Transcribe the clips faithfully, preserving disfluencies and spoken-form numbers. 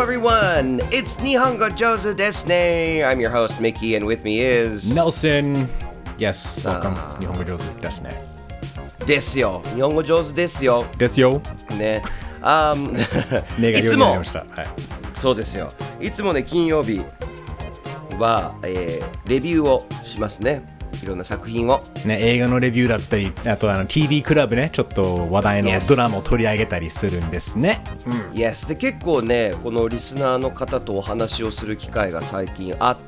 everyone, it's Nihongo Jozu desu ne. I'm your host Mickey and with me is Nelson. Yes, welcome. 日本語上手ですね。 ですよ。日本語上手ですよ。 ですよ。 ね。あねがいつも、 ました。はい。 そうですよ。いつもね金曜日は、えー、レビューをしますね。いろんな作品を、 ね、映画のレビューだったり、あとあの ティーブイ クラブね、ちょっと話題の Yes. ドラマを取り上げたりするんですね。うん、 Yes で結構ねこのリスナーの方とお話をする機会が最近あって、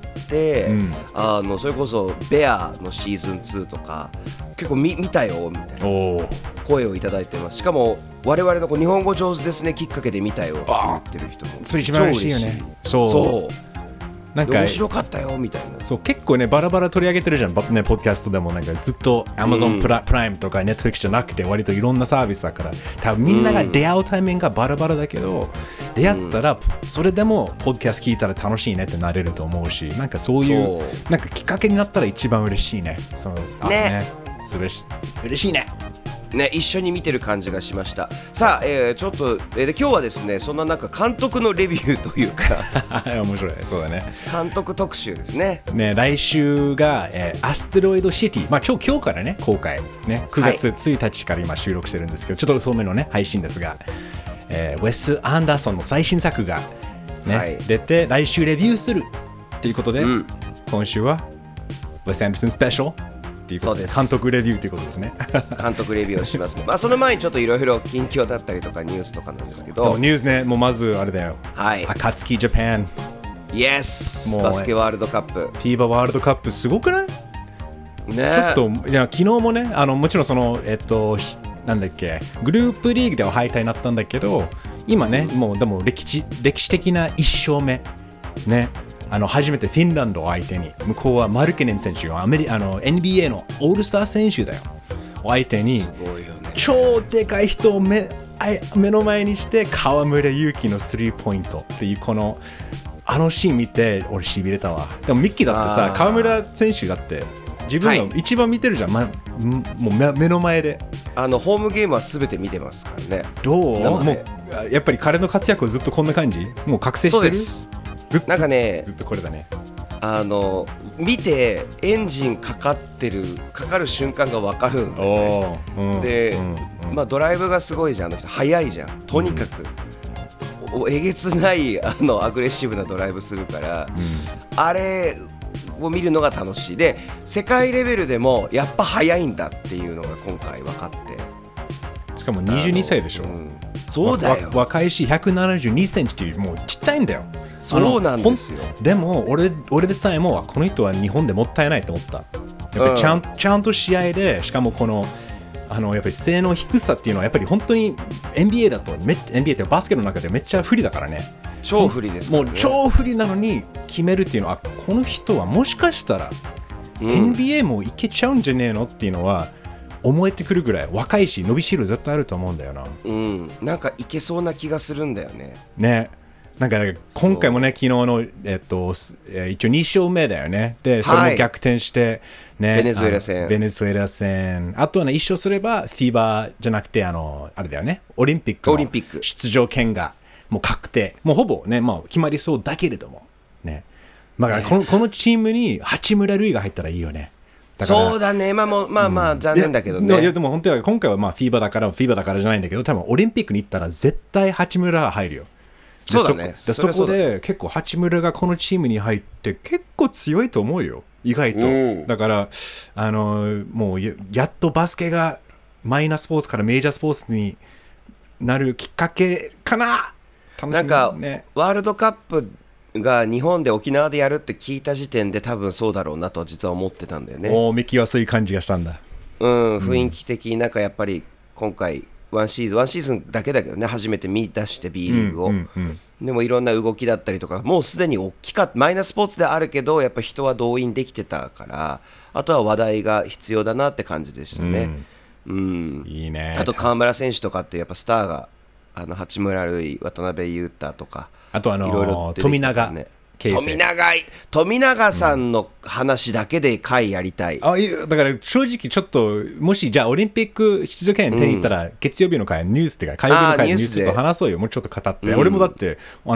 うん、あのそれこそベアのシーズンツーとか結構 見, 見たよみたいな声をいただいてます。しかも我々のこう日本語上手ですねきっかけで見たよって言ってる人もそれ一番嬉しいよね。 そうそうなんか面白かったよみたいな。 そう結構ねバラバラ取り上げてるじゃん、ね、ポッドキャストでもなんかずっと Amazon プラ、うん、プライムとか Netflix じゃなくて割といろんなサービスだから多分みんなが出会うタイミングがバラバラだけど、うん、出会ったらそれでもポッドキャスト聞いたら楽しいねってなれると思うし、なんかそういうなんかきっかけになったら一番嬉しいね。そのあねね嬉し嬉しいねね、一緒に見てる感じがしました。さあ、えー、ちょっと、えー、で今日はですねそんな中監督のレビューというか面白いそうだね監督特集ですね。 ね来週が、えー、アステロイドシティ、まあ今日今日からね公開ねくがつついたちから今収録してるんですけど、はい、ちょっと遅めのね配信ですが、えー、ウェス・アンダーソンの最新作が、ねはい、出て来週レビューするということで、うん、今週はウェス・アンダーソンスペシャルっていうことで監督レビューということですね監督レビューをします、まあ、その前にちょっといろいろ近況だったりとかニュースとかなんですけど、 ニュースねもうまずあれだよ、 はい、 暁ジャパン Yes バスケワールドカップフィーバーワールドカップすごくないね。ちょっといや昨日もねあのもちろんそのえっとなんだっけグループリーグでは敗退になったんだけど今ねもうでも歴史歴史的ないっ勝目ねあの初めてフィンランドを相手に向こうはマルケネン選手アメリあの エヌビーエー のオールスター選手だよを相手に超でかい人を 目, 目の前にして河村勇輝のスリーポイントっていうこのあのシーン見て俺しびれたわ。でもミッキーだってさ河村選手だって自分の一番見てるじゃん、はいま、もう目の前であのホームゲームは全て見てますからね。 どうもうやっぱり彼の活躍はずっとこんな感じもう覚醒してる。そうですずっとなんかねずっとこれだねあの見てエンジンかかってるかかる瞬間が分かるんだよね、うん、で、うんうんまあ、ドライブがすごいじゃんあの人速いじゃんとにかく、うん、えげつないあのアグレッシブなドライブするから、うん、あれを見るのが楽しい。で世界レベルでもやっぱ速いんだっていうのが今回分かって、 しかもにじゅうにさいでしょ、うん、 そうだよ若いしひゃくななじゅうにセンチっていうもうちっちゃいんだよ。 そうなんですよ。 でも 俺, 俺でさえもこの人は日本でもったいないと思った。やっぱりちゃん、うん、ちゃんと試合でしかもこのあのやっぱり背の低さっていうのはやっぱり本当に エヌビーエー だとめ エヌビーエー ってバスケの中でめっちゃ不利だからね。 超不利ですからね。 もう超不利なのに決めるっていうのはこの人はもしかしたら、うん、エヌビーエー もいけちゃうんじゃねえのっていうのは思えてくるぐらい若いし伸びしろ絶対あると思うんだよな。 うんなんかいけそうな気がするんだよね。 ねなんか今回もね昨日の、えっと、一応に勝目だよね。でそれも逆転して、ねはい、ベネズエラ戦ベネズエラ戦あとはね一勝すればフィーバーじゃなくてあのあれだよねオリンピックの出場権がもう確定もうほぼね、まあ、決まりそうだけれどもねまあ、この、このチームに八村塁が入ったらいいよね。 だそうだねまあもうまあまあ残念だけどね、 うん、い, やいやでも本当は今回はまあフィーバーだからフィーバーだからじゃないんだけど多分オリンピックに行ったら絶対八村が入るよ。 そうだね。 そ, そこで結構八村がこのチームに入って結構強いと思うよ意外と、うん、だからあのもう や, やっとバスケがマイナースポーツからメジャースポーツになるきっかけかな。楽しみ、ね、 なんかワールドカップが日本で沖縄でやるって聞いた時点で多分そうだろうなと実は思ってたんだよね。 おミキはそういう感じがしたんだ。 うん雰囲気的になんかやっぱり今回ワンシーズンワンシーズンだけだけどね初めて見出して B リーグを、うんうんうん、でもいろんな動きだったりとかもうすでに大きかったマイナースポーツであるけどやっぱ人は動員できてたからあとは話題が必要だなって感じでしたね、うんうん、いいね。あと河村選手とかってやっぱスターがあの八村塁渡辺裕太とかあとあのー、いろいろ富永富永富永さんの話だけで回やりたい、 うん、あいだから正直ちょっともしじゃあオリンピック出場権手に入ったら、うん、月曜日の回ニュースってか火曜日の回ニュースちょっと話そうよもうちょっと語って、うん、俺もだってあの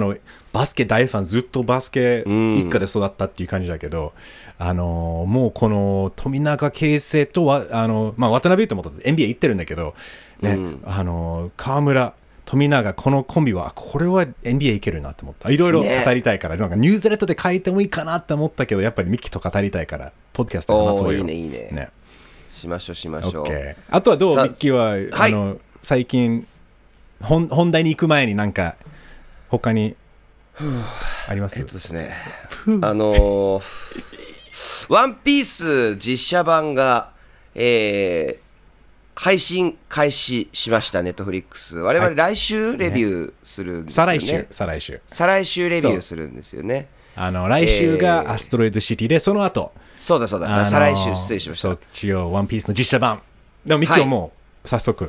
バスケ大ファン、ずっとバスケ一家で育ったっていう感じだけど、うん、あのもうこの富永啓生とはあの、まあ、渡辺裕太も エヌビーエー 行ってるんだけど、ね、うん、あの河村富永このコンビはこれは エヌビーエー いけるなと思った。いろいろ語りたいから、ね、なんかニュースレターで書いてもいいかなって思ったけど、やっぱりミキと語りたいからポッドキャストで話そうよ。 いいねいいね、ね、しましょうしましょう。 OK、 あとはどうミッキーは、はい、あの最近 本, 本題に行く前になんか他にあります？ えっとですねあのー、ワンピース実写版が、えー配信開始しました。ネットフリックス我々来週レビューするんですよね、 ね、再来週再来週再来週レビューするんですよね。 あの来週がアストロイドシティで、その後そうだそうだ、あのー、再来週失礼しました。 そっちをワンピースの実写版でもミッキーはもう早速、はい、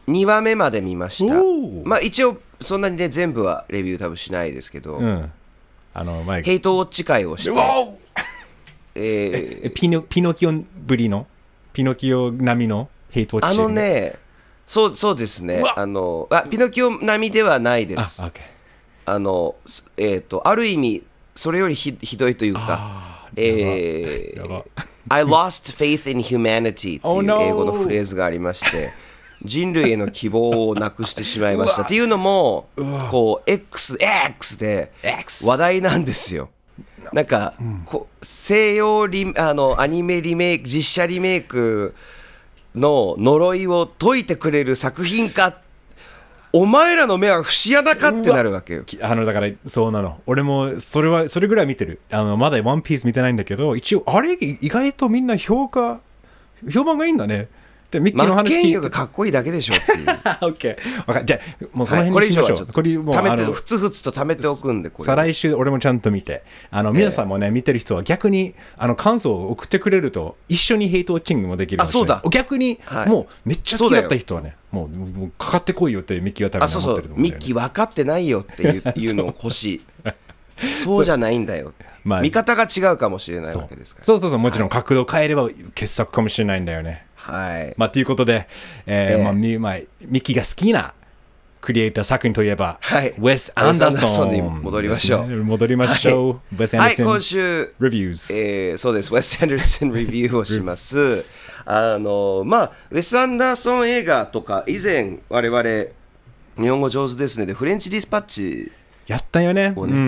にわめまで見ました。まあ一応そんなにね全部はレビュー多分しないですけど、うん、あの前ヘイトウォッチ会をしてえー、ピノピノキオぶりのピノキオ並みのヘイトウォッチ、 あのね、そう、そうですね、あのあピノキオ並みではないです。あ、okay、あのえーと、ある意味それより ひ, ひどいというか、えー、I lost faith in humanity っていう英語のフレーズがありまして、人類への希望をなくしてしまいましたっていうのもこう X, X で話題なんですよ。なんか、うん、こ西洋リあのアニメリメイク、実写リメイクの呪いを解いてくれる作品か、お前らの目は節穴かってなるわけよ。 あのだからそうなの。俺もそれはそれぐらい見てる。あのまだワンピース見てないんだけど、一応あれ意外とみんな評価評判がいいんだね。でミッキーの話聞いて、マッケンユがかっこいいだけでしょっていう。 オッケー。分かじゃあもうその辺にしましょう。はい、これ以上はちょっとこれもうふつふつと貯めておくんで、これ再来週俺もちゃんと見て、あの皆さんもね、えー、見てる人は逆にあの感想を送ってくれると一緒にヘイトウォッチングもできる。 あ、そうだ。 逆に、はい、もうめっちゃ好きだった人はね、もう、もうかかってこいよってミッキーは多分思ってると思うんだよね。 あ、そうそう。ミッキー分かってないよっていういうのを欲しい。そうじゃないんだよ。まあ、見方が違うかもしれないわけですから。 そうそうそう、もちろん角度を変えれば傑作かもしれないんだよね。 はい。 まあということで、えーえーまあミまあ、ミッキーが好きなクリエイター作品といえば、はい、ウェス・アンダーソンに戻りましょう。 戻りましょう。はい、ウェス・アンダーソン、 はい、今週レビューズ、 えー。そうです、ウェス・アンダーソンレビューをします。あのまあウェス・アンダーソン映画とか以前我々日本語上手ですねでフレンチ・ディスパッチやったよね。うん。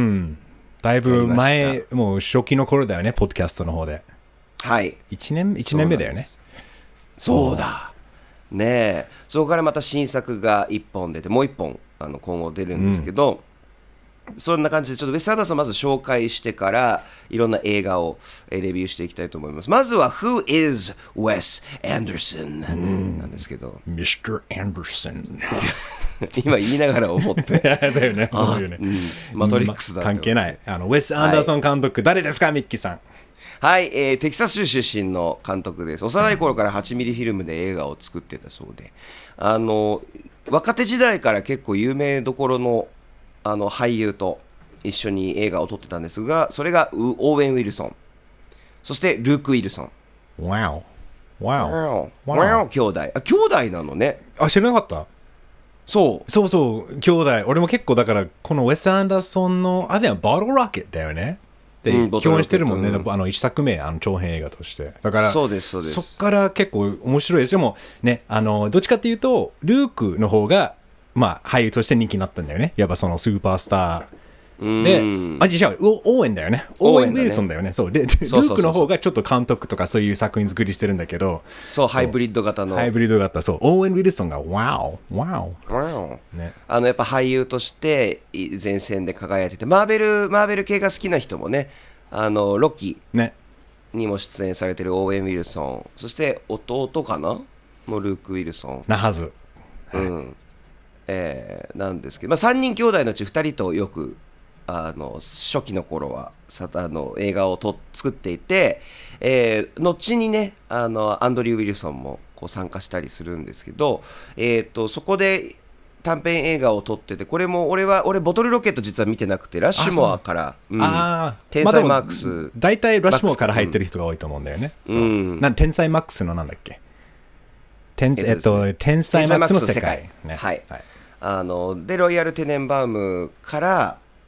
だいぶ前、もう初期の頃だよね、ポッドキャストの方で。 はい。 いちねん、いちねんめだよね。 そうだ。ねえ。そこからまた新作がいっぽん出て、もういっぽんあの今後出るんですけど、うん、そんな感じでちょっとウェス・アンダーソンまず紹介してからいろんな映画をレビューしていきたいと思います。まずは Who is Wes Anderson、うん、なんですけど、 ミスター Anderson 今言いながら思ってだよね、 ああ、うん、マトリックスだ、 ま、関係ない。あのウェス・アンダーソン監督、はい、誰ですかミッキーさん。 はい、えー、テキサス州出身の監督です。幼い頃からはちミリフィルムで映画を作ってたそうで、あの若手時代から結構有名どころの、あの俳優と一緒に映画を撮ってたんですが、それがオーウェン・ウィルソン、そしてルーク・ウィルソン。 わおわおわお兄弟。あ、兄弟なのね。 あ、知らなかった。そうそうそう、兄弟。俺も結構だからこのウェス・アンダーソンのあれはバトルロケットだよね。で、うん、共演してるもんね、うん、あのいっさくめ、あの長編映画として。だからそうですそうです。 そっから結構面白いです。でもね、あのどっちかっていうとルークの方がまあ俳優として人気になったんだよね。やっぱそのスーパースターで、あ、違う、オーエンだよね。オーエン・ウィルソンだよね。そうで、ルークの方がちょっと監督とかそういう作品作りしてるんだけど、 そう、ハイブリッド型の。 ハイブリッド型、そう、オーエン・ウィルソンがワオ、ワオ、 ワオ、ね、あのやっぱ俳優として前線で輝いてて、マーベルマーベル系が好きな人もね、あのロキにも出演されてるオーエン・ウィルソン、そして弟かなのルーク・ウィルソンなはず、 うん、えー、なんですけど、まあ、さんにん兄弟のうちふたりとよくあの初期の頃はさあの映画をと作っていて、えー、後にねあのアンドリュー・ウィルソンもこう参加したりするんですけど、えー、とそこで短編映画を撮ってて、これも俺は俺ボトルロケット実は見てなくて、ラッシュモアから、うん、あ天才マックス、まあ、 大体ラッシュモアから入ってる人が多いと思うんだよね、うん、そうなん天才マックスのなんだっけ、天、えっと、天才マックスの世界、ね、 はい、はい、あのでロイヤル・テネンバウムから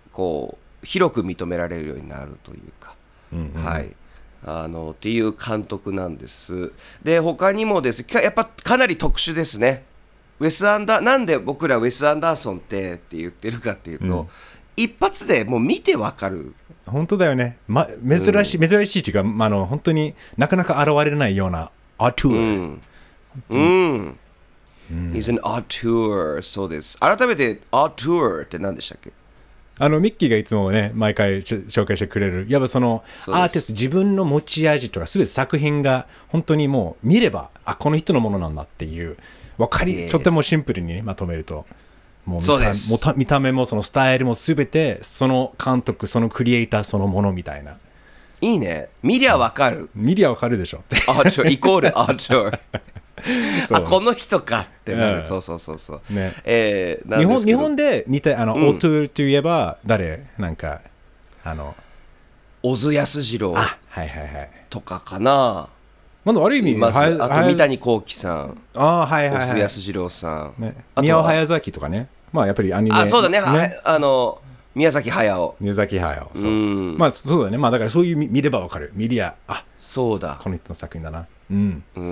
こう広く認められるようになるというか、うんうん、はいあのっていう監督なんです。で他にもですやっぱかなり特殊ですね。ウェスアンダーなんで僕らウェス・アンダーソンってって言ってるかっていうと、うん、一発でもう見てわかる。 本当だよね、ま、珍しい、うん、珍しいっていうか、まあ、あの本当になかなか現れないようなアートゥー、 うんうんうん、He's an auteur そうです。改めてアートゥーって何でしたっけ？ あのミッキーがいつもね毎回紹介してくれるやっぱそのアーティスト自分の持ち味とか全て作品が本当にもう見ればあこの人のものなんだっていう分かり、yes. とてもシンプルに、ね、まとめるともう見 た, もた見た目もそのスタイルも全てその監督そのクリエイターそのものみたいな。 いいね。見りゃ分かる。 見りゃ分かるでしょ。 アーチョイコールアーチョイあこの人かってなる、うん、そうそうそうそう、ねえー、日, 本日本で似たあの、うん、オートゥーといえば誰なんかあの小津安二郎とかかな。 まだ悪い意味まずあと三谷幸喜さんあ、はいはいはい、 小津安二郎さん、 ね、宮尾隼人とかねまあやっぱりアニメあそうだ ね, ねあの宮崎駿宮崎駿そう、うん、まあそうだねまあだからそういう見ればわかる見りゃあそうだこの人の作品だなうん、 うん、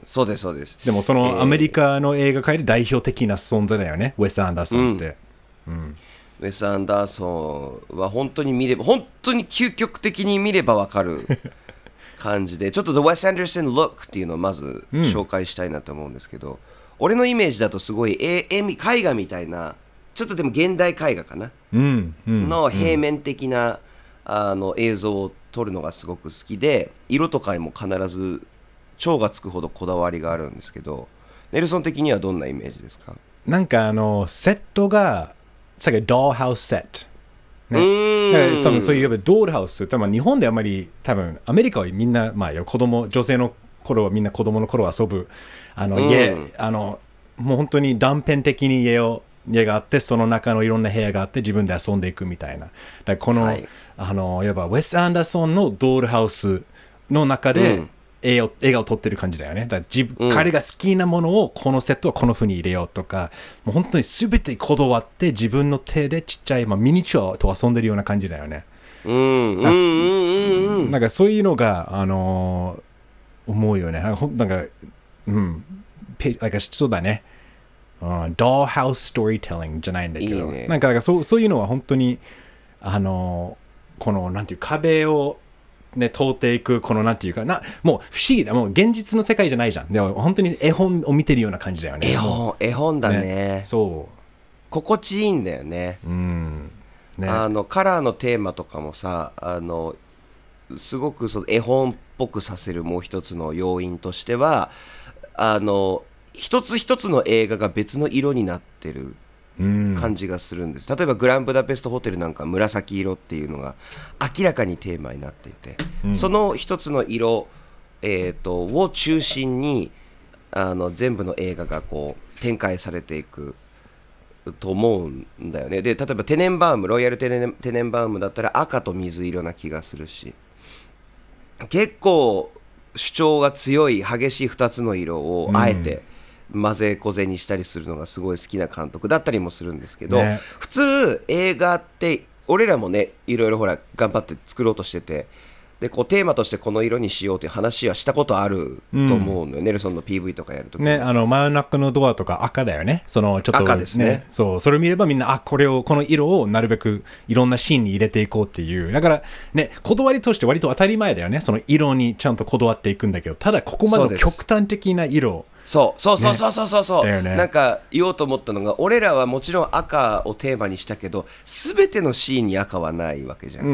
そうですそうです。 でもそのアメリカの映画界で代表的な存在だよね、えー、ウェス・アンダーソンって、 うんうん、ウェス・アンダーソンは本当に見れば本当に究極的に見ればわかる感じでちょっと The Wes Anderson Look っていうのをまず紹介したいなと思うんですけど、うん、俺のイメージだとすごい絵絵画みたいなちょっとでも現代絵画かな、 うんうん、 の平面的な、うん、あの映像を撮るのがすごく好きで色とかも必ず超がつくほどこだわりがあるんですけどネルソン的にはどんなイメージですか？ なんかあのセットがさっきドールハウスセットね、そのそういうドールハウス多分日本であんまり多分アメリカはみんな、まあ、子供女性の頃はみんな子供の頃遊ぶあの家、あのもう本当に断片的に家を家があってその中のいろんな部屋があって自分で遊んでいくみたいな。だからこの、はい、あのいわばウェス・アンダーソンのドールハウスの中で、うん映画を、映画を撮ってる感じだよね。だから自分、うん、彼が好きなものをこのセットはこの風に入れようとかもう本当に全てこだわって自分の手でちっちゃい、まあ、ミニチュアと遊んでるような感じだよね。 うんうんうんうんうんなんかそういうのがあのー、思うよね。なんかうんなんかそうだね、うん、ドールハウスストーリーテリングじゃないんだけどいい、ね、なんか、なんかそう、そういうのは本当にあのー、このなんていう壁をね、通っていくこのなんていうかなもう不思議だもう現実の世界じゃないじゃん。でも本当に絵本を見てるような感じだよね。 絵本絵本だ ね, ねそう心地いいんだよね。 うんねあのカラーのテーマとかもさあのすごくその絵本っぽくさせるもう一つの要因としてはあの一つ一つの映画が別の色になってる感じがするんです。例えばグランブダペストホテルなんか紫色っていうのが明らかにテーマになっていて、うん、その一つの色、えーと、を中心にあの全部の映画がこう展開されていくと思うんだよね。で例えばテネンバウムロイヤルテネン、テネンバウムだったら赤と水色な気がするし結構主張が強い激しいふたつの色をあえて、うん混ぜこぜにしたりするのがすごい好きな監督だったりもするんですけど、ね、普通映画って俺らもねいろいろほら頑張って作ろうとしててでこうテーマとしてこの色にしようという話はしたことあると思うのよ、うん、ネルソンの ピーブイ とかやるときねあの真ん中のドアとか赤だよね。そのちょっと、ね、 赤ですね。 そうそれを見ればみんなあこれをこの色をなるべくいろんなシーンに入れていこうっていうだからねこだわりとして割と当たり前だよね。その色にちゃんとこだわっていくんだけどただここまでの極端的な色そうそうそうそうそうそうそう、ねね、なんか言おうと思ったのが俺らはもちろん赤をテーマにしたけど全てのシーンに赤はないわけじゃん、うん、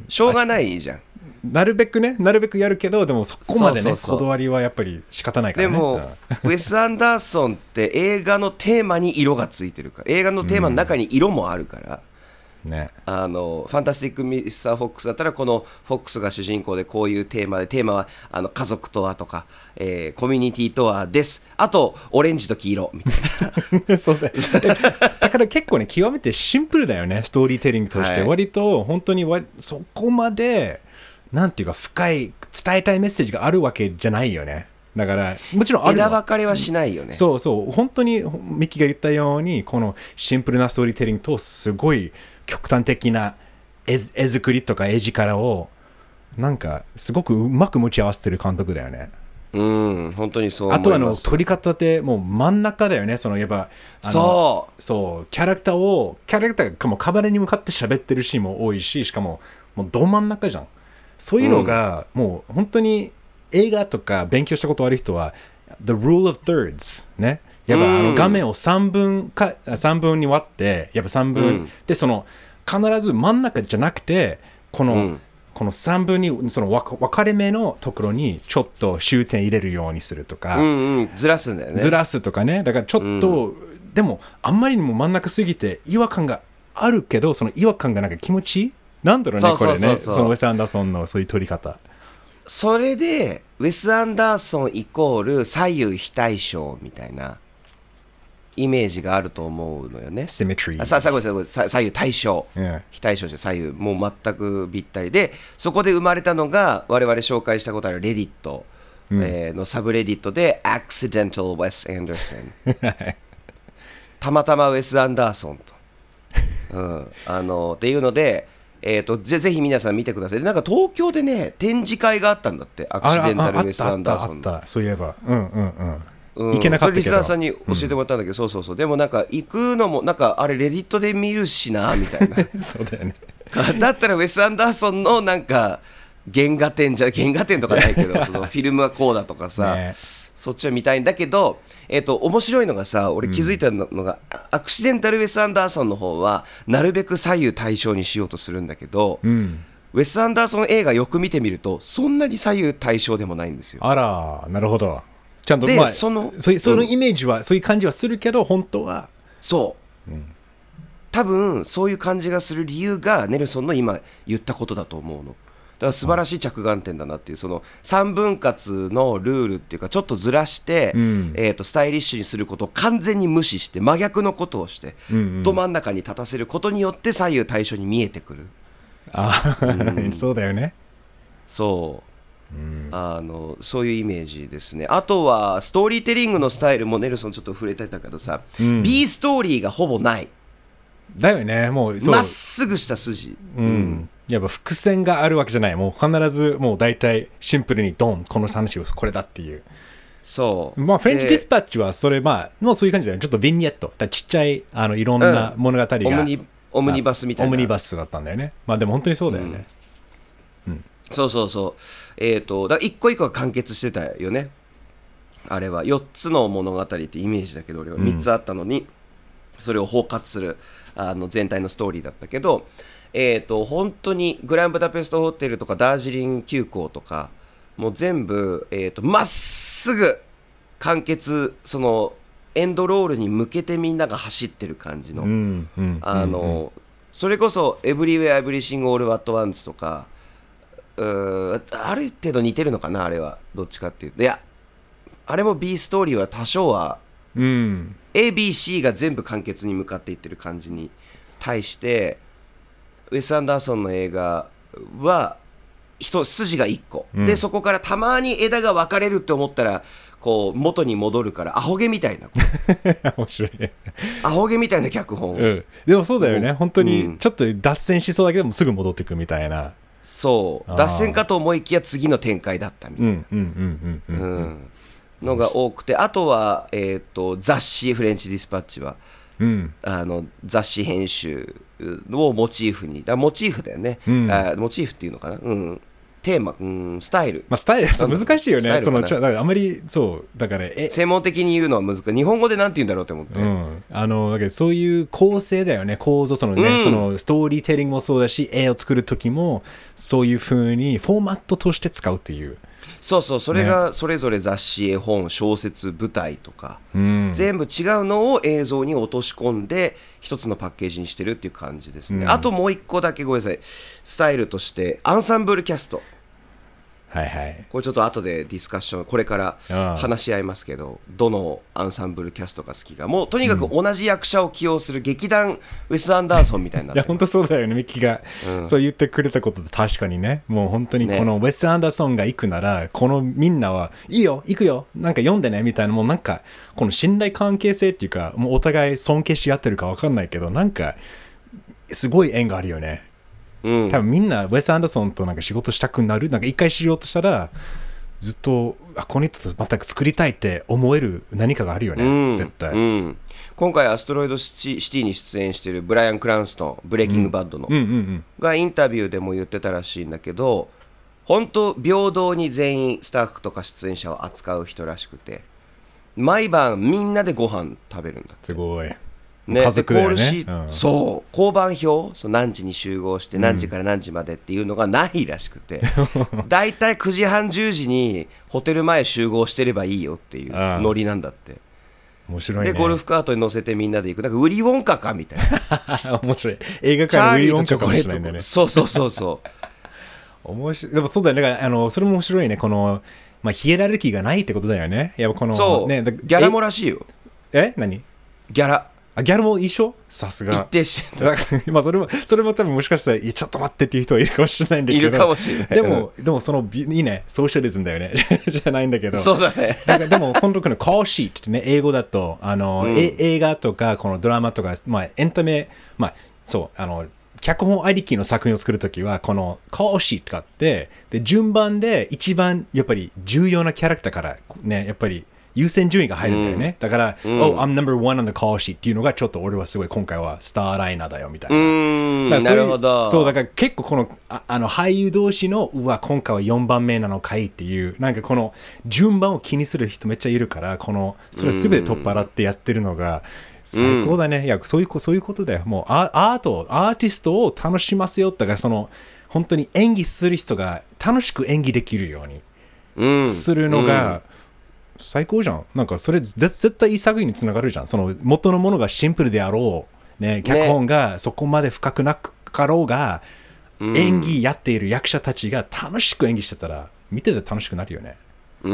しょうがないじゃん。 なるべくねなるべくやるけどでもそこまでねそうそうそうこだわりはやっぱり仕方ないからね。 でも、うん、ウェス・アンダーソンって映画のテーマに色がついてるから映画のテーマの中に色もあるから、うんね、あのファンタスティック・ミスター・フォックスだったらこのフォックスが主人公でこういうテーマでテーマはあの家族とはとか、えー、コミュニティとはですあとオレンジと黄色みたいなそうだ, だから結構ね極めてシンプルだよねストーリーテリングとして、はい、割と本当に割そこまでなんていうか深い伝えたいメッセージがあるわけじゃないよね。 だからもちろんあるの枝分かれはしないよね。 そうそう本当にミキが言ったようにこのシンプルなストーリーテリングとすごい極端的な絵、絵作りとか絵力をなんかすごくうまく持ち合わせてる監督だよね。 うん本当にそう思います。 あとあの撮り方ってもう真ん中だよね。そのやっぱあのそうそうキャラクターをキャラクターがもうカバレに向かって喋ってるシーンも多いし、しかももうど真ん中じゃん。そういうのがもう本当に映画とか勉強したことある人は The Rule of Thirds ね。やっぱあの画面をさんぶんかさんぶんに割ってやっぱさんぶん、うん、でその必ず真ん中じゃなくてこの、うんこのさんぶんにその分かれ目のところにちょっと終点入れるようにするとか、 うんうん、ずらすんだよね。 ずらすとかね。だからちょっと、うん、でもあんまりにも真ん中すぎて違和感があるけどその違和感がなんか気持ちいいなんだろうねこれね。そのウェス・アンダーソンのそういう撮り方。それでウェス・アンダーソンイコール左右非対称みたいなイメージがあると思うのよね。 シメトリー。 さささ左右対称、yeah. 非対称じゃ左右もう全くぴったりで、そこで生まれたのが我々紹介したことあるレディット、うんえー、のサブレディットで Accidental Wes Anderson たまたまウェス・アンダーソンと、うん、あのっていうので、えー、とぜ, ぜひ皆さん見てください。なんか東京でね展示会があったんだって。アクシデンタルウェス・アンダーソンの。 あったあったそういえばうんうんうんうん、行けなかったけどそれリスナーさんに教えてもらったんだけど、うん、そうそうそうでもなんか行くのもなんかあれレディットで見るしなみたいなそうだよねだったらウェス・アンダーソンのなんか原画展じゃ原画展とかないけどそのフィルムはこうだとかさ、ね、そっちは見たいんだけど、えーと、面白いのがさ俺気づいたのが、うん、アクシデンタルウェス・アンダーソンの方はなるべく左右対称にしようとするんだけど、うん、ウェス・アンダーソン映画よく見てみるとそんなに左右対称でもないんですよ。 あらなるほど。ちゃんとまあ、そのそそのイメージは、うん、そういう感じはするけど本当はそう、うん、多分そういう感じがする理由がネルソンの今言ったことだと思うの。だから素晴らしい着眼点だなっていう、そのさんぶん割のルールっていうかちょっとずらして、うんえー、とスタイリッシュにすることを完全に無視して真逆のことをして、うんうん、ど真ん中に立たせることによって左右対称に見えてくる。 あ、うん、そうだよね。 そううん、あのそういうイメージですね。あとはストーリーテリングのスタイルもネルソンちょっと触れてたけどさ、うん、B ストーリーがほぼないだよね。もうまっすぐした筋、 うんうん、やっぱ伏線があるわけじゃない。もう必ずもう大体シンプルにドンこの話をこれだっていう。 そうまあフレンチディスパッチはそれまあもうそういう感じだよね。ちょっとビニエットだちっちゃいあのいろんな物語が、うん、オムニ、オムニバスみたいなオムニバスだったんだよね。まあでも本当にそうだよね、 うんうん、そうそうそうえーとだから一個一個が完結してたよね。あれはよっつの物語ってイメージだけど俺はみっつあったのに、うん、それを包括するあの全体のストーリーだったけど、えーと本当にグランブダペストホテルとかダージリン急行とかもう全部、えーとまっすぐ完結そのエンドロールに向けてみんなが走ってる感じの、うんうん、あの、うんうん、それこそエブリウェアエブリシングオールアットワンツとかうーある程度似てるのかな。あれはどっちかっていうといやあれも B ストーリーは多少は、うん、エービーシー が全部完結に向かっていってる感じに対してウェス・アンダーソンの映画は一筋がいっこ、うん、でそこからたまに枝が分かれるって思ったらこう元に戻るからアホ毛みたいな面白いアホ毛みたいな脚本、 うん、でもそうだよね。本当にちょっと脱線しそうだけどもすぐ戻ってくみたいな。 そう脱線かと思いきや次の展開だったみたいなのが多くて、あとは、えー、と雑誌フレンチディスパッチは、うん、あの雑誌編集をモチーフにだモチーフだよね、うん、あモチーフっていうのかな、うん、テーマ、うん、スタイル、 まあ、スタイルそう難しいよね。そのだからあまりそうだからえ専門的に言うのは難しい。日本語でなんて言うんだろうと思って、 うん、あのだけどそういう構成だよね。構造そのね、うん、そのストーリーテリングもそうだし絵を作る時もそういう風にフォーマットとして使うっていう。 そうそうそれがそれぞれ雑誌、絵本、小説、舞台とか、うん、全部違うのを映像に落とし込んで一つのパッケージにしてるっていう感じですね、うん、あともう一個だけごめんなさいスタイルとしてアンサンブルキャストはいはい、 これちょっと後でディスカッションこれから話し合いますけど、どのアンサンブルキャストが好きか、もうとにかく同じ役者を起用する劇団ウェス・アンダーソンみたいになっていや本当そうだよね、ミッキーが、うん、そう言ってくれたことで確かにね、もう本当にこのウェス・アンダーソンが行くなら、ね、このみんなはいいよ行くよなんか読んでねみたいな、もうなんかこの信頼関係性っていうか、もうお互い尊敬し合ってるか分かんないけど、なんかすごい縁があるよね。うん、多分みんなウェス・アンダーソンとなんか仕事したくなる、なんか一回しようとしたらずっとあこの人とまた作りたいって思える何かがあるよね、うん、絶対、うん、 今回アストロイドシティに出演しているブライアン・クランストン、ブレイキングバッドの、うんうんうんうん、がインタビューでも言ってたらしいんだけど、本当平等に全員スタッフとか出演者を扱う人らしくて、毎晩みんなでご飯食べるんだって。 すごいね、 家族だよね、 うん、そう交番表、そう何時に集合して何時から何時までっていうのがないらしくて、だいたいくじはんじゅうじにホテル前集合してればいいよっていうノリなんだって。 面白いね。 でゴルフカートに乗せてみんなで行く、なんかウィリー・ウォンカかみたいな面白い、映画館のウィリー・ウォンカかもしれないんだね。 そうそうそうそう面白い。でもそうだよね、だからあのそれも面白いね、この、まあ、ヒエラルキーがないってことだよね。やっぱこのそう、 ね、 ギャラもらしいよ。 え何ギャラあギャルも一緒、さすが一定してるまあそれもそれも多分もしかしたらいやちょっと待ってっていう人はいるかもしれないんだけど、 いるかもしれない。 でもでもそのいいね、ソーシャリズムだよねじゃないんだけど、 そうだね。 だからでも今度このコーシートってね、英語だとあの、うん、映画とかこのドラマとか、まあエンタメ、まあそうあの脚本ありきの作品を作るときはこのコーシートがあって、で順番で一番やっぱり重要なキャラクターからね、やっぱり優先順位が入るんだよね、うん、だから、うん、Oh, I'm number one on the call sheet っていうのがちょっと俺はすごい今回はスターライナーだよみたいな。うーん、なるほど。 そうだから結構この あ, あの俳優同士のうわ今回はよんばんめなのかいっていうなんかこの順番を気にする人めっちゃいるから、このそれ全て取っ払ってやってるのが最高だね、うん、いやそういうそういうことだよ。もうアートアーティストを楽しませよう。だからその本当に演技する人が楽しく演技できるようにするのが、うん最高じゃん。なんかそれ絶対いい作品につながるじゃん。その元のものがシンプルであろう、ね、脚本がそこまで深くなかろうが、ね、演技やっている役者たちが楽しく演技してたら見てて楽しくなるよね。 うん、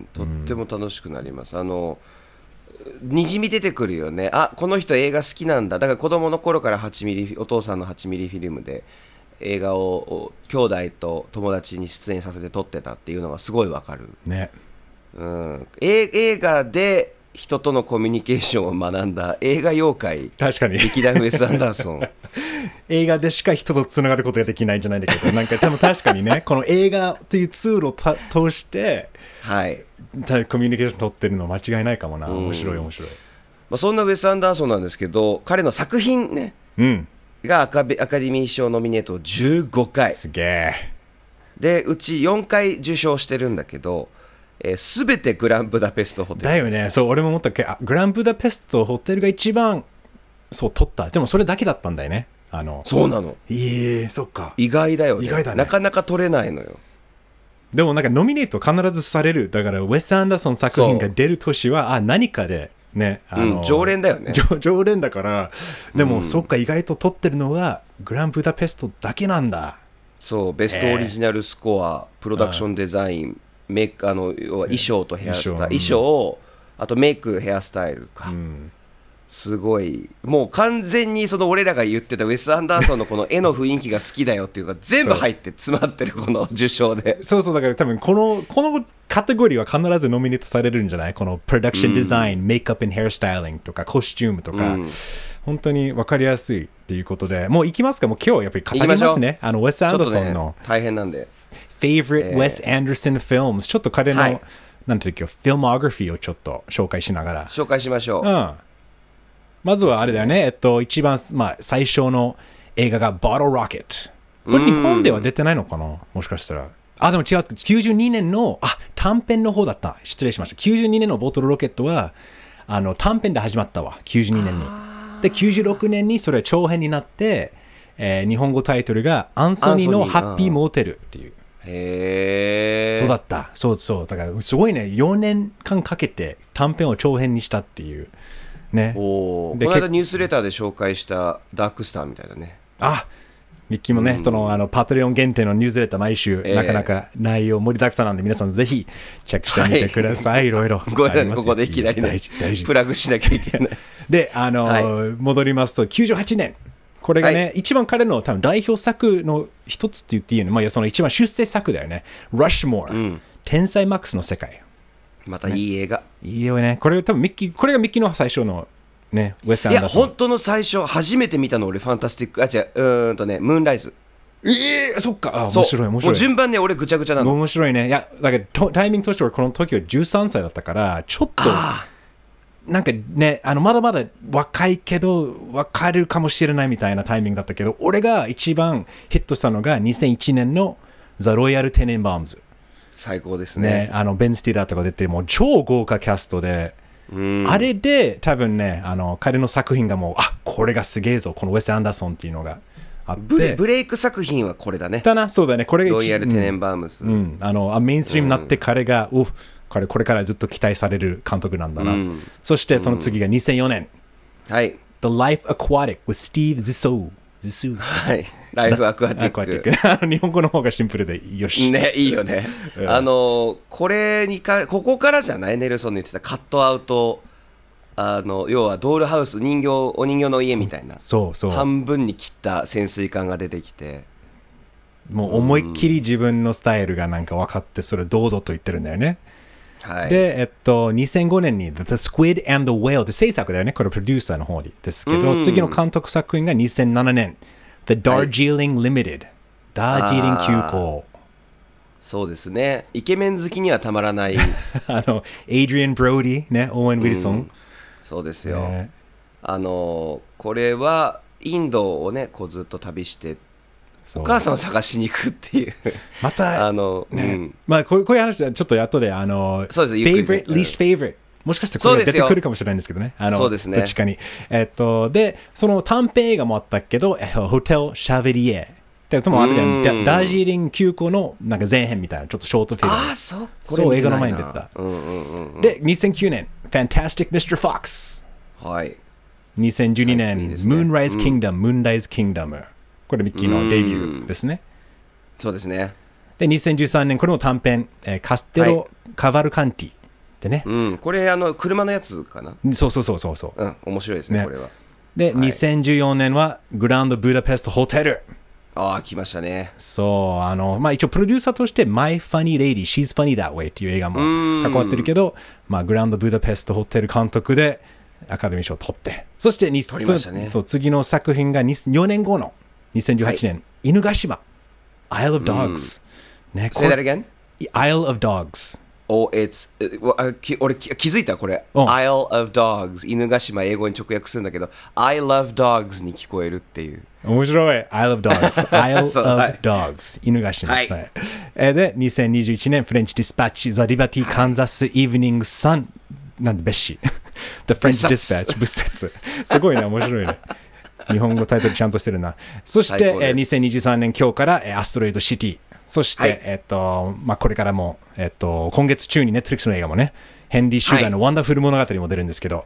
とっても楽しくなります。あのにじみ出てくるよね。あ、この人映画好きなんだ。だから子供の頃からはちミリお父さんのはちミリフィルムで映画を兄弟と友達に出演させて撮ってたっていうのがすごいわかる。 ね。 うん、映画で人とのコミュニケーションを学んだ映画妖怪、 確かに劇団ウェス・アンダーソン映画でしか人とつながることができないんじゃないんだけど、なんか多分確かにねこの映画というツールをた通してはいコミュニケーション取ってるの間違いないかもな。面白い面白い、 まあ、そんなウェス・アンダーソンなんですけど、彼の作品ね、うん、がアカベアカデミー賞ノミネートじゅうごかい、 すげえ。 でうちよんかい受賞してるんだけど、えー、全てグランブダペストホテルだよね。そう俺も思ったっけ、あグランブダペストホテルが一番そう取った。でもそれだけだったんだよね。あのそうなの。 ええー、そっか。 意外だよね。 意外だね。 なかなか取れないのよ。 でもなんかノミネート必ずされる。だからウェス・アンダーソン作品が出る年はあ何かでね、あの、 うん、常連だよね。 常連だから。でも、うん、そっか意外と取ってるのはグランブダペストだけなんだ。 そうベストオリジナルスコア、えー、プロダクションデザイン、メイクあの要は衣装とヘアスタイル、衣装をあとメイクヘアスタイルか、うん、すごいもう完全にその俺らが言ってたウェス・アンダーソンのこの絵の雰囲気が好きだよっていうか全部入って詰まってるこの受賞でそうそうだから多分このこのカテゴリーは必ずノミネートされるんじゃない？このプロダクションデザイン、メイクアップ&ヘアスタイリングとかコスチュームとか、うん、本当に分かりやすいっていうことで、もう行きますか？もう今日やっぱり語りますね。あのウェス・アンダーソンの、ね、 大変なんで Favorite Wes Anderson films、ちょっと彼の、はい、なんていうかフィルモグラフィーをちょっと紹介しながら紹介しましょう。うん、 まずはあれだよね、えっと一番、まあ、最初の映画が Bottle Rocket。これ日本では出てないのかな、もしかしたら。あ、でも違う、きゅうじゅうにねんのあ短編の方だった。失礼しました。きゅうじゅうにねんのボトルロケットはあの短編で始まったわ。きゅうじゅうにねんに。できゅうじゅうろくねんにそれは長編になって、えー、日本語タイトルがアンソニーのハッピーモーテルっていう。 へー、 そうだった。そうそう。だからすごいね、よねんかんかけて短編を長編にしたっていうね。 おでこの間ニュースレターで紹介したダークスターみたいなね。 あ、 ミッキーもね、うん、そのあのパトレオン限定のニュースレター毎週、えー、なかなか内容盛りだくさんなんで、皆さんぜひチェックしてみてください。はい、いろいろ。 ごめん、ここでいきなりね、プラグしなきゃいけない。 で、あの、はい、戻りますと、きゅうじゅうはちねん。これがね、はい、一番彼の多分代表作の一つって言っていいの、まあ、その一番出世作だよね。Rushmore、うん、天才マックスの世界。 またいい映画。ね、 いいよね。これ多分ミッキー、これがミッキーの最初のね、ウェス・アンダーソン。 いや、本当の最初、初めて見たの俺、ファンタスティック、あ、違う、うーんとね、ムーンライズ。 ええー、そっか。あ、面白い、面白い。 もう順番ね、俺ぐちゃぐちゃなの。 面白いね。いや、だけどタイミングとしてはこの時はじゅうさんさいだったから、ちょっと。なんかね、あのまだまだ若いけど分かるかもしれないみたいなタイミングだったけど、俺が一番ヒットしたのがにせんいちねんのザ・ロイヤル・テネンバームズ。 最高ですね。 ね、あのベン・スティラーとか出て、もう超豪華キャストで、あれで多分ね、あの彼の作品がもう、あ、これがすげえぞ、このウェス・アンダーソンっていうのがあって。 ブレ、ブレイク作品はこれだね。 だな、そうだね、これがロイヤル・テネンバームズ。 うんうん、あのメインストリームになって彼が、うん、これ、これからずっと期待される監督なんだな。うん、そしてその次がにせんよねん。 はい。 The Life Aquatic with Steve Zissou。Zissou。 はい。ライフアクアティック。日本語の方がシンプルでよし。 ね、いいよね。うん、あの、これにか、ここからじゃないネルソンの言ってたカットアウト、あの、要はドールハウス、人形、お人形の家みたいな。 そうそう。 半分に切った潜水艦が出てきて。 もう思いっきり自分のスタイルがなんか分かって、それを堂々と言ってるんだよね。 はい、 で、えっと、にせんごねんに The Squid and the Whale って制作だよね。これプロデューサーの方にですけど、次の監督作品がにせんななねん The Darjeeling Limited、はい、ダージーリン急行。 そうですね。イケメン好きにはたまらないあのエイドリアン・ブローディね、オーウェン・ウィルソン、うん、 そうですよ、ね、あのこれはインドをねこうずっと旅してお母さんを探しに行くっていうまたあの、 ね、うん、まあこういう、こういう話はちょっと後であのそうです、 favorite、うん、least favorite もしかしてこれが出てくるかもしれないんですけどね、あのそうですね、 どっちかに、えっと、でその短編映画もあったけどホテル・シャベリエでもあるじゃん、ダ, ダージーリン急行のなんか前編みたいなちょっとショートフィルム、 ああそう、 そう映画の前に出た、 うんうんうんうん、 でにせんきゅうねん Fantastic ミスター Fox、 はいにせんじゅうにねん、ね、Moonrise Kingdom、うん、Moonrise Kingdom、 これミッキーのデビューですね、 そうですね。 でにせんじゅうさんねんこれも短編、えー、カステロ、はい、カバルカンティでね、 うん、これあの車のやつかな、 そうそうそうそうそう、 うん、面白いですね、ね、これは。 で、はい、にせんじゅうよねんはグランドブダペストホテル、 ああ来ましたね。 そうあのまあ一応プロデューサーとして My Funny Lady She's Funny That Way っていう映画も関わってるけど、まあグランドブダペストホテル監督でアカデミー賞を取って、そしてに取りましたね。 そう次の作品がよねんごのにせんじゅうはちねん、はい、犬ヶ島 Isle of Dogs、 ね、Say that again? Isle of Dogs。 Oh, it's 俺気づいたこれ、oh. Isle of Dogs 犬ヶ島英語に直訳するんだけど I love dogs に聞こえるっていう。 面白い Isle of Dogs Isle of Dogs 犬ヶ島、はいはい、でにせんにじゅういちねんフレンチディスパッチ The Liberty Kansas Evening Sun なんで別紙The French Dispatch 仏説すごいね、面白いね日本語タイトルちゃんとしてるな。そして、えー、にせんにじゅうさんねん今日からアストロイドシティ、そして、はい、えっとまあ、これからも、えっと、今月中に Netflix の映画もね、ヘンリー・シュガーのワンダフル物語も出るんですけど、はい、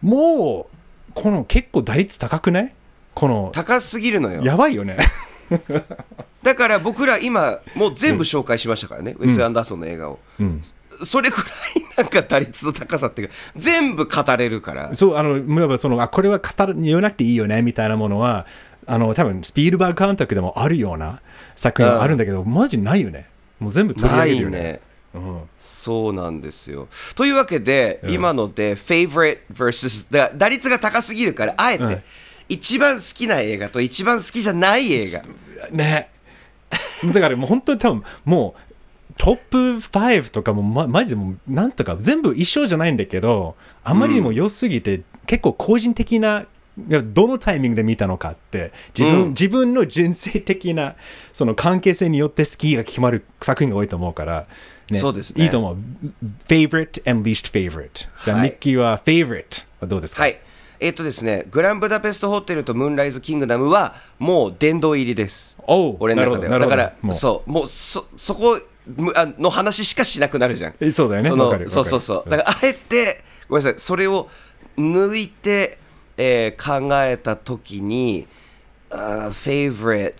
もうこの結構打率高くない？この高すぎるのよ。 やばいよねだから僕ら今もう全部紹介しましたからね、うん、ウェス・アンダーソンの映画を、うん、それくらいなんか打率の高さっていうか全部語れるから、 そうあのそのあこれは語らなくていいよねみたいなものはあの多分スピールバーグ監督でもあるような作品はあるんだけど、うん、マジないよね。もう全部取り上げるよね。ないね、うん、そうなんですよ。というわけで、うん、今ので favorite versus だ打率が高すぎるからあえて、うん、一番好きな映画と一番好きじゃない映画ねだからもう本当に多分もうトップごとかも、ま、マジでもうなんとか全部一緒じゃないんだけど、あまりにも良すぎて、うん、結構個人的な、どのタイミングで見たのかって自分、うん、自分の人生的なその関係性によって好きが決まる作品が多いと思うから、ね、 そうですね、 いいと思う。 favorite and least favorite、はい、じゃあミッキーは favorite はどうですか？ はい、えーとですね、グランブダペストホテルとムーンライズキングダムはもう殿堂入りです。 お俺の中ではだからもうそうもう そ, そこの話しかしなくなるじゃん。 えそうだよね。 そのそうそうそうだからあえてごめんなさいそれを抜いて、えー、考えたときに、uh, favorite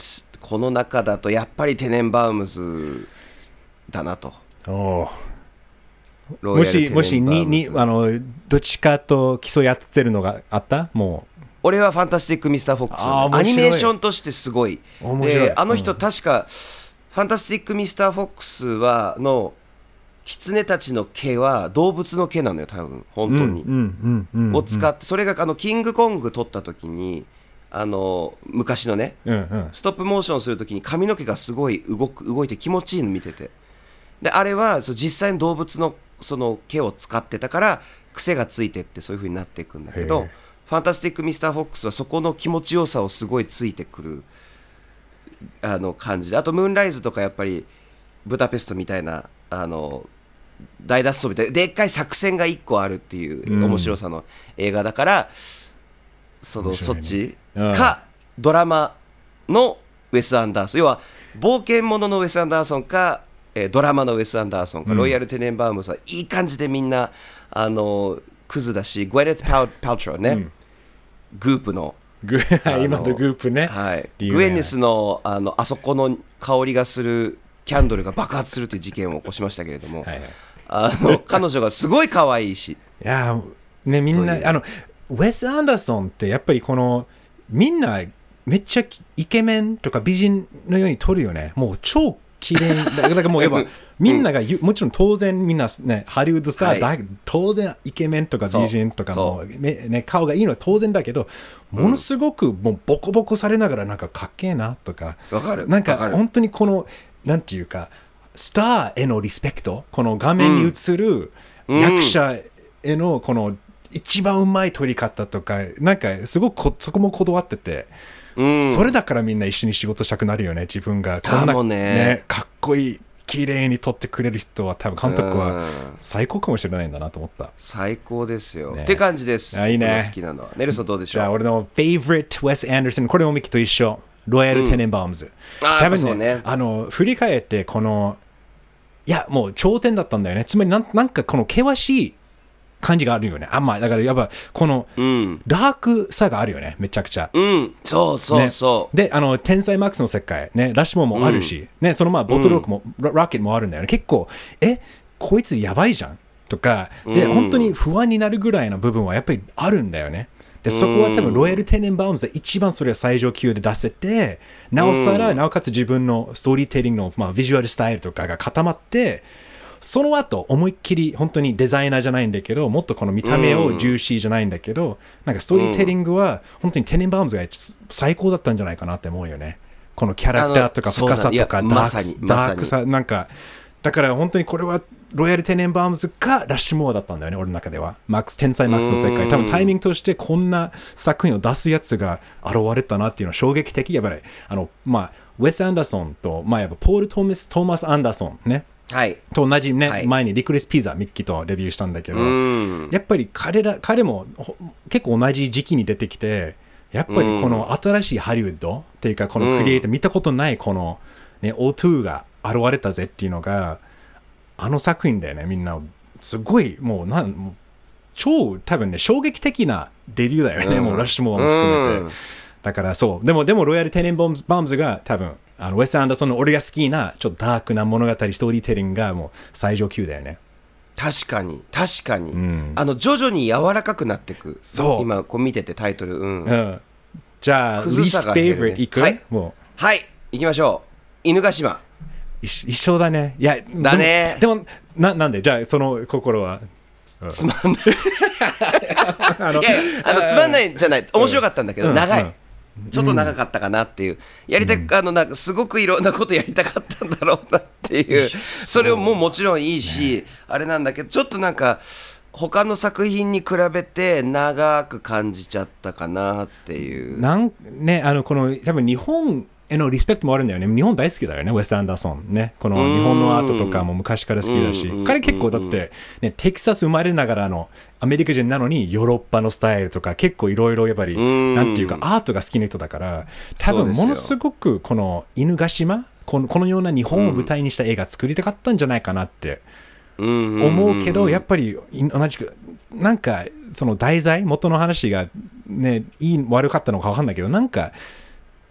この中だとやっぱりテネンバウムズだなと。 おもしもしににあのどっちかと競い合ってるのがあったもう俺はファンタスティック・ミスター・フォックス、アニメーションとしてすごい。であの人、うん、確かファンタスティック・ミスター・フォックスはの狐たちの毛は動物の毛なのよ多分本当に、うんうん、を使ってそれがあのキングコング撮った時にあの昔のね、うんうん、ストップモーションする時に髪の毛がすごい動く動いて気持ちいいの見ててであれはそう実際の動物のその毛を使ってたから癖がついてってそういう風になっていくんだけどファンタスティック・ミスター・フォックスはそこの気持ちよさをすごいついてくるあの感じであとムーンライズとかやっぱりブダペストみたいなあの大脱走みたいなでっかい作戦がいっこあるっていう面白さの映画だから、うん、その、ね、そっちかドラマのウェス・アンダーソン要は冒険者のウェス・アンダーソンかドラマのウェス・アンダーソンか、うん、ロイヤル・テネンバウムさいい感じでみんなあのクズだしグエネス・パウトロね、うん、グープのグ今のグープね、 はい、グエネス の あのあそこの香りがするキャンドルが爆発するという事件を起こしましたけれどもはい、はい、あの彼女がすごい可愛いしいやねみんなあのウェス・アンダーソンってやっぱりこのみんなめっちゃイケメンとか美人のように撮るよねもう超綺麗だからもうやっぱみんなが、うん、もちろん当然みんなねハリウッドスターだ、はい、当然イケメンとか美人とかも、ね、顔がいいのは当然だけどものすごくもうボコボコされながらなんかかっけえなとかわかるなんか本当にこのなんていうかスターへのリスペクトこの画面に映る役者へのこの一番うまい撮り方とかなんかすごくこそこもこだわっててうん、それだからみんな一緒に仕事したくなるよね自分がこんな、ねね、かっこいい綺麗に撮ってくれる人は多分監督は最高かもしれないんだなと思った最高ですよ、ね、って感じですいいね好きなのはネルソンどうでしょうじゃあ俺の favorite Wes Anderson これもミキと一緒ロイヤル・テネンバウムズ、うん、多分 ね, ねあの振り返ってこのいやもう頂点だったんだよねつまり な, なんかこの険しい感じがあるよねあんまだからやっぱこのダークさがあるよねめちゃくちゃうんそうそうそう、 ね、であの天才マックスの世界ねラッシュモアもあるし、うんね、そのまあボトルロックも、うん、ラケットもあるんだよね結構えこいつやばいじゃんとかで、うん、本当に不安になるぐらいの部分はやっぱりあるんだよねでそこは多分ロイヤル・テネンバウムズで一番それは最上級で出せてなおさら、うん、なおかつ自分のストーリーテリングの、まあ、ビジュアルスタイルとかが固まってその後思いっきり本当にデザイナーじゃないんだけどもっとこの見た目を重視じゃないんだけど、うん、なんかストーリーテリングは本当にテネンバウムズが最高だったんじゃないかなって思うよねこのキャラクターとか深さとかダーク、まさにダークさなんかだから本当にこれはロイヤル・テネンバウムズかラッシュモアだったんだよね俺の中ではマックス天才マックスの世界多分タイミングとしてこんな作品を出すやつが現れたなっていうのは衝撃的やっぱりあのまあウェス・アンダーソンとまあやっぱポール・トーマス・トーマス・アンダーソンねはい、 と同じね、 はい、 前にリクレスピザミッキーとレビューしたんだけどやっぱり彼ら彼も結構同じ時期に出てきてやっぱりこの新しいハリウッドっていうかこのクリエイター見たことないこの、ね、オーツー が現れたぜっていうのがあの作品だよねみんなすごいもうなんもう超多分ね衝撃的なデビューだよね、うん、もうラッシュモアも含めてだからそうでもでもロイヤル・テネンバウムズが多分あのウェス・アンダーソンの俺が好きなちょっとダークな物語ストーリーテリングがもう最上級だよね確かに確かに、うん、あの徐々に柔らかくなっていくそう今こう見ててタイトル、うんうん、 じゃあ least favorite いく、 はい、 もうはい行きましょう犬ヶ島一緒だねいやだねでも、でも な, なんでじゃあその心はつまんないあのいやあのつまんないじゃない面白かったんだけど、うん、長い、うんちょっと長かったかなっていう、やりたく、うん、あのなんかすごくいろんなことやりたかったんだろうなっていう、それをもうもちろんいいし、ね、あれなんだけどちょっとなんか他の作品に比べて長く感じちゃったかなっていうなんねあのこの多分日本へのリスペクトもあるんだよね日本大好きだよねウェス・アンダーソンねこの日本のアートとかも昔から好きだし彼結構だって、ね、テキサス生まれながらのアメリカ人なのにヨーロッパのスタイルとか結構いろいろやっぱりなんていうかアートが好きな人だから多分ものすごくこの犬ヶ島この、このような日本を舞台にした映画作りたかったんじゃないかなって思うけどやっぱり同じくなんかその題材元の話がねいい悪かったのか分かんないけどなんか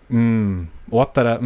うん、終わったら、うん、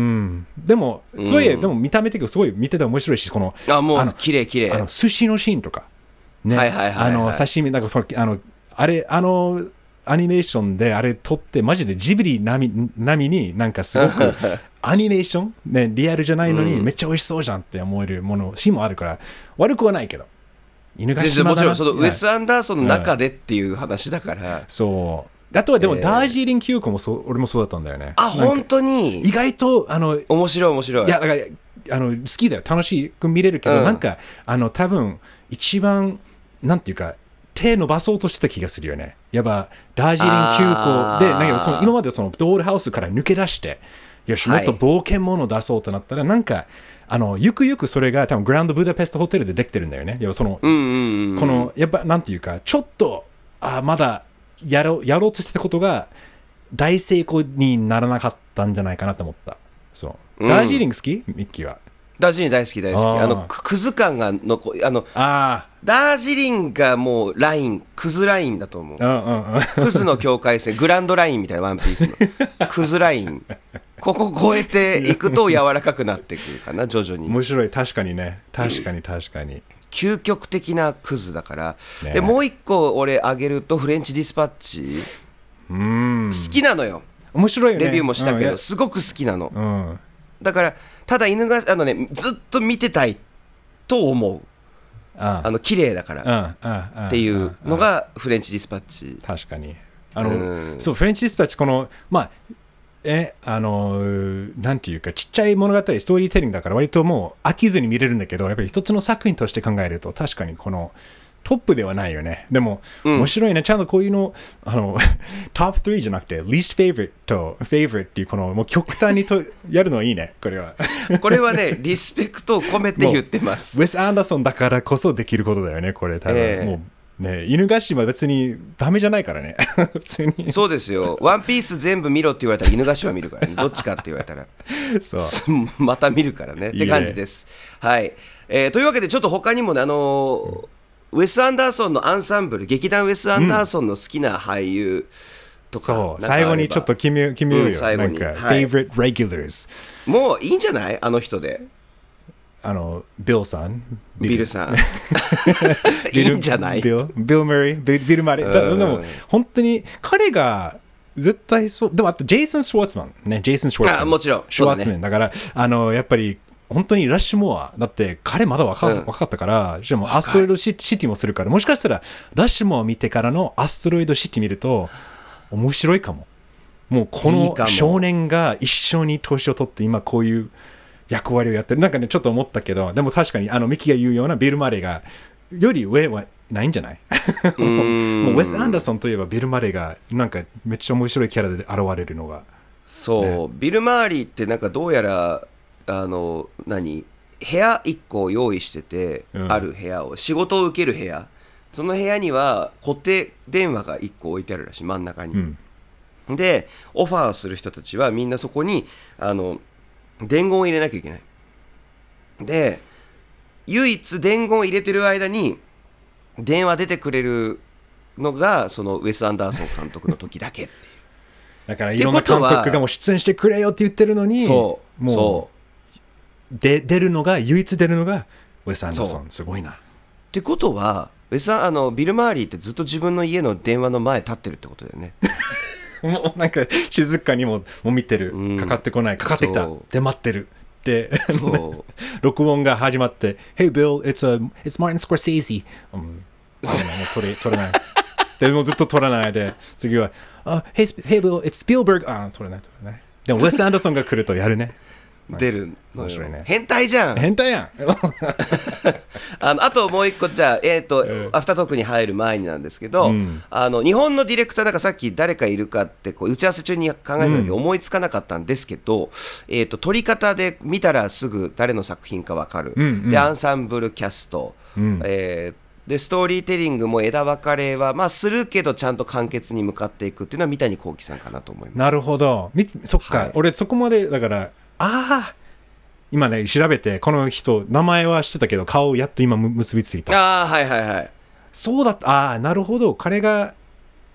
でも、そういえ、でも見た目的にすごい見てて面白いし、この、 あ、もう綺麗綺麗。 あの寿司のシーンとか、ね、 はいはいはいはい、 あの刺身なんかそのあのあれあのアニメーションであれ撮ってマジでジブリ並み並みになんかすごくアニメーションねリアルじゃないのにめっちゃ美味しそうじゃんって思えるものシーンもあるから悪くはないけど。 犬ヶ島だな。もちろんそのウェス・アンダーソンの中でっていう話だから。 そう。あとはでも、ダージリン急行もそう、俺もそうだったんだよね。 あ、本当に意外と、あの、 面白い面白い。 いや、だから、あの、好きだよ。楽しく見れるけど、うん、なんか、あの、多分、一番、なんていうか、手伸ばそうとしてた気がするよね。やっぱ、ダージリン急行で、なんかその今までそのドールハウスから抜け出して、よし、もっと冒険者を出そうとなったら、はい、なんか、あの、ゆくゆくそれが多分、グランドブダペストホテルでできてるんだよね。やっぱその、 うんうんうん、 この、やっぱ、なんていうか、ちょっと、あ、まだ、やろう、やろうとしてたことが大成功にならなかったんじゃないかなと思った。そう。ダージリング好き？ミッキーは。 ダージリン大好き大好き。あのクズ感が残あのあダージリンがもうラインクズラインだと思う。 うんうんうん、 クズの境界線グランドラインみたいなワンピースのクズライン。ここ越えていくと柔らかくなってくるかな徐々に。 面白い確かにね確かに確かに。うん究極的なクズだから、ね、でもう一個俺あげるとフレンチディスパッチうん好きなのよ。 面白いよね。 レビューもしたけど、うん、すごく好きなの、 うん、 だからただ犬があのねずっと見てたいと思う。ああの綺麗だからっていうのがフレンチディスパッチ。 確かにあの、うん、そうフレンチディスパッチこのまあえあのなんていうかちっちゃい物語ストーリーテリングだから割ともう飽きずに見れるんだけどやっぱり一つの作品として考えると確かにこのトップではないよね。でも、うん、面白いねちゃんとこういうのあのトップスリーじゃなくて least favorite と favorite っていうこのもう極端にとやるのはいいねこれはこれはねリスペクトを込めて言ってます。 ウェス・アンダーソンだからこそできることだよねこれ多分、えー、もうね、犬ヶ島別にダメじゃないからね普通に。 そうですよ。ワンピース全部見ろって言われたら犬ヶ島見るからね。どっちかって言われたらそうまた見るからねって感じです。はい、えー、というわけでちょっと他にもねあのーうん、ウェス・アンダーソンのアンサンブル劇団ウェス・アンダーソンの好きな俳優とか、うん、 そう最後にちょっと決め決めようよ、うん、 最後になんか、はい、Favorite Regulars もういいんじゃないあの人で。 あのビルさんビルさんいいんじゃないビルビル・マリービル・マリーだでも本当に彼が絶対そうでもあとジェイソン・シュワーツマンねジェイソン・シュワーツマンあもちろんシュワーツマン だ,、ね、だからあのやっぱり本当にラッシュモアだって彼まだ若,、うん、若かったからでもアストロイドシティもするからもしかしたらラッシュモア見てからのアストロイドシティ見ると面白いかも。もうこの少年が一緒に年を取って今こういう役割をやってるなんかねちょっと思ったけどでも確かにあのミキが言うようなビル・マレーがより上はないんじゃないもうウェス・アンダーソンといえばビル・マレーがなんかめっちゃ面白いキャラで現れるのがそう、ね、ビル・マーリーってなんかどうやらあの何部屋いっこ用意してて、うん、ある部屋を仕事を受ける部屋その部屋には固定電話がいっこ置いてあるらしい真ん中に、うん、でオファーする人たちはみんなそこにあの伝言を入れなきゃいけない。で、唯一伝言を入れてる間に電話出てくれるのがそのウェス・アンダーソン監督の時だけっていう。 だからいろんな監督がもう出演してくれよって言ってるのに、 そうもうそうで出るのが唯一出るのがウェス・アンダーソンすごいな。 ってことはウェスあのビル・マーリーってずっと自分の家の電話の前立ってるってことだよね。 もうなんか静かにももう見てる、うん、かかってこないかかってきたで待ってるで録音が始まって「Hey Bill, it's, a, it's Martin Scorsese、うん」もう取れ取れないでもずっと取らないで次は「uh, hey, hey Bill, it's Spielberg」あ取れない取れないでもウェス・アンダーソンが来るとやるね出る面白いね。 変態じゃん変態やんあのあともう一個じゃあ、えーとうん、アフタートークに入る前になんですけど、うん、あの日本のディレクターなんかさっき誰かいるかってこう打ち合わせ中に考えた時思いつかなかったんですけど、うん、えーと撮り方で見たらすぐ誰の作品か分かる、うんうん、でアンサンブルキャスト、うんえー、でストーリーテリングも枝分かれは、まあ、するけどちゃんと完結に向かっていくっていうのは三谷幸喜さんかなと思います。 なるほどそっか、はい、俺そこまでだからああ今ね調べてこの人名前は知ってたけど顔やっと今結びついた。 ああはいはいはいそうだったああなるほど彼が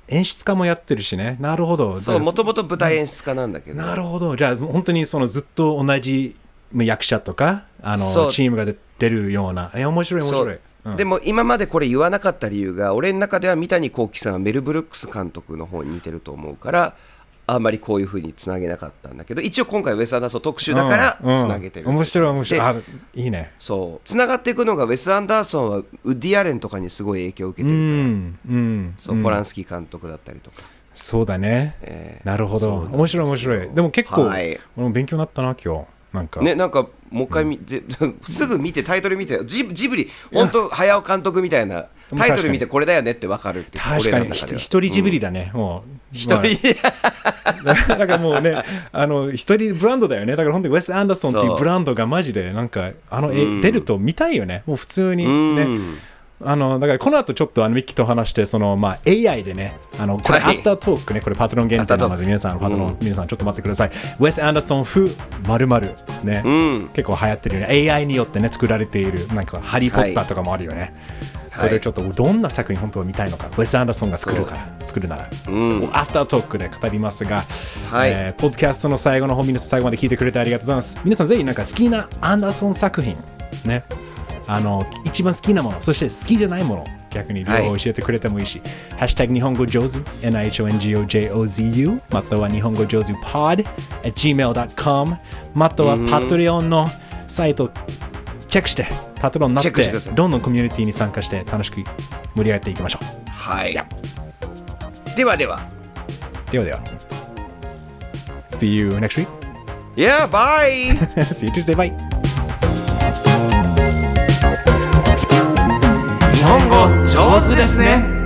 演出家もやってるしね。なるほど。 そう、もともと舞台演出家なんだけど。 なるほど。じゃあ本当にそのずっと同じ役者とかあのチームが出るような。え、面白い面白い。うん、 でも今までこれ言わなかった理由が、俺の中では三谷幸喜さんはメル・ブルックス監督の方に似てると思うから、あんまりこういう風につなげなかったんだけど、一応今回ウェス・アンダーソン特集だからつなげてる、 うんうん、面白い面白い。あ、いいね。 そうつながっていくのが、ウェス・アンダーソンはウッディ・アレンとかにすごい影響を受けてるから、うんうん、そうポランスキー監督だったりとか。 そうだね、えー、なるほど。面白い面白い。でも結構、はい、勉強になったな今日。なんかね、なんかもう一回、うん、すぐ見てタイトル見て、ジジブリ本当早尾監督みたいなタイトル見てこれだよねって分かるって。 確かに一人ジブリだね、うん、もう一人、まあ、だからもうね、あの一人ブランドだよね。だから本当にウェス・アンダーソンっていうブランドがマジでなんかあの絵、うん、出ると見たいよね。もう普通にね、うん、あのだからこの後ちょっとあのミッキーと話して、そのまあ エーアイ でね、あのこれアフタートークね、これパトロン限定なので皆さん、パトロン、うん、皆さんちょっと待ってください。ウェス・アンダーソン風〇〇ね、うん、結構流行ってるよね。 エーアイ によってね作られているなんかハリー・ポッターとかもあるよね、はい、それちょっとどんな作品本当は見たいのか、ウェス・アンダーソンが作るから作るなら、うん、アフタートークで語りますが、はい、えー、ポッドキャストの最後の方、皆さん最後まで聞いてくれてありがとうございます。皆さんぜひなんか好きなアンダーソン作品ね、あの一番好きなもの、そして好きじゃないもの、逆に両方教えてくれてもいいし、はい、ハッシュタグ日本語上手 エヌアイエイチオーエヌジーオージェイオーゼーユー または日本語上手 ポッド at ジーメール ドットコム またはパトレオンのサイトチェックしてパトロンになってどんどんコミュニティに参加して楽しく盛り上げていきましょう。 はい。ではではではでは See you next week. Yeah, bye. See you Tuesday. Bye. 日本語上手ですね。